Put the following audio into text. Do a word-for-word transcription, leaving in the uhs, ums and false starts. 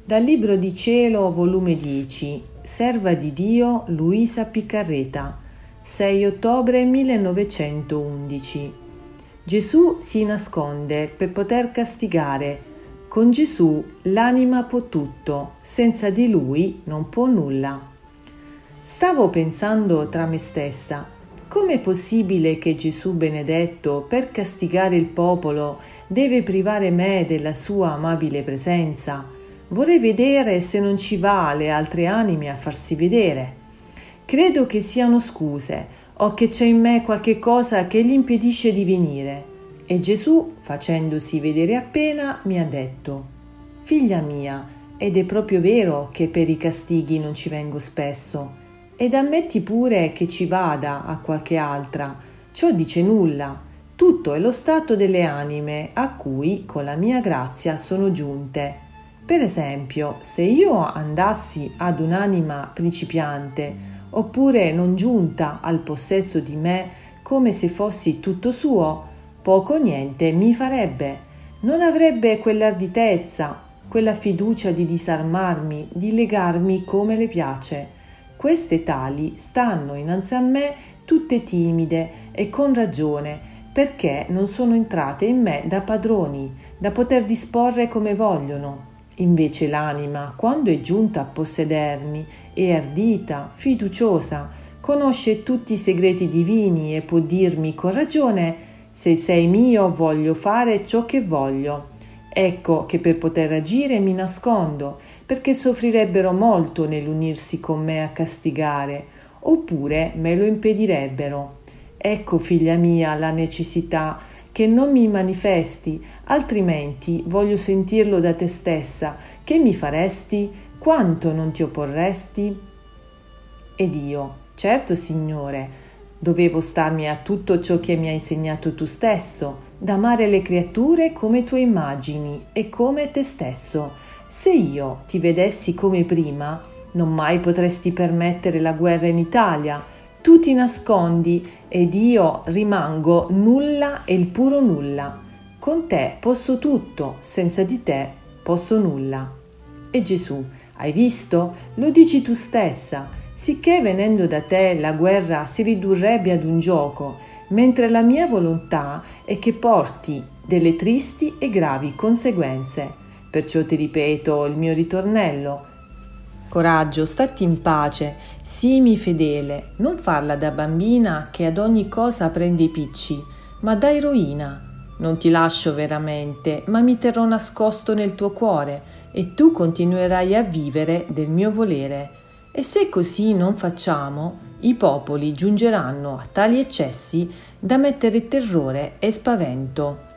Dal Libro di Cielo, volume dieci, Serva di Dio Luisa Piccarreta, sei ottobre millenovecentoundici. Gesù si nasconde per poter castigare. Con Gesù l'anima può tutto, senza di Lui non può nulla. Stavo pensando tra me stessa, com'è possibile che Gesù benedetto, per castigare il popolo, deve privare me della sua amabile presenza? Vorrei vedere se non ci va le altre anime a farsi vedere. Credo che siano scuse o che c'è in me qualche cosa che gli impedisce di venire. E Gesù, facendosi vedere appena, mi ha detto: «Figlia mia, ed è proprio vero che per i castighi non ci vengo spesso. Ed ammetti pure che ci vada a qualche altra. Ciò dice nulla. Tutto è lo stato delle anime a cui, con la mia grazia, sono giunte. Per esempio, se io andassi ad un'anima principiante, oppure non giunta al possesso di me, come se fossi tutto suo, poco o niente mi farebbe. Non avrebbe quell'arditezza, quella fiducia di disarmarmi, di legarmi come le piace. Queste tali stanno innanzi a me tutte timide e con ragione, perché non sono entrate in me da padroni, da poter disporre come vogliono. Invece l'anima, quando è giunta a possedermi, è ardita, fiduciosa, conosce tutti i segreti divini e può dirmi con ragione: se sei mio voglio fare ciò che voglio. Ecco che per poter agire mi nascondo, perché soffrirebbero molto nell'unirsi con me a castigare, oppure me lo impedirebbero. Ecco, figlia mia, la necessità che non mi manifesti, altrimenti voglio sentirlo da te stessa. Che mi faresti? Quanto non ti opporresti? Ed io: certo, Signore, dovevo starmi a tutto ciò che mi hai insegnato tu stesso, d'amare le creature come tue immagini e come te stesso. Se io ti vedessi come prima, non mai potresti permettere la guerra in Italia. Tu ti nascondi ed io rimango nulla e il puro nulla. Con te posso tutto, senza di te posso nulla. E Gesù: hai visto? Lo dici tu stessa, sicché venendo da te la guerra si ridurrebbe ad un gioco, mentre la mia volontà è che porti delle tristi e gravi conseguenze. Perciò ti ripeto il mio ritornello: coraggio, statti in pace, sii fedele, non farla da bambina che ad ogni cosa prende i picci, ma da eroina. Non ti lascio veramente, ma mi terrò nascosto nel tuo cuore e tu continuerai a vivere del mio volere. E se così non facciamo, i popoli giungeranno a tali eccessi da mettere terrore e spavento.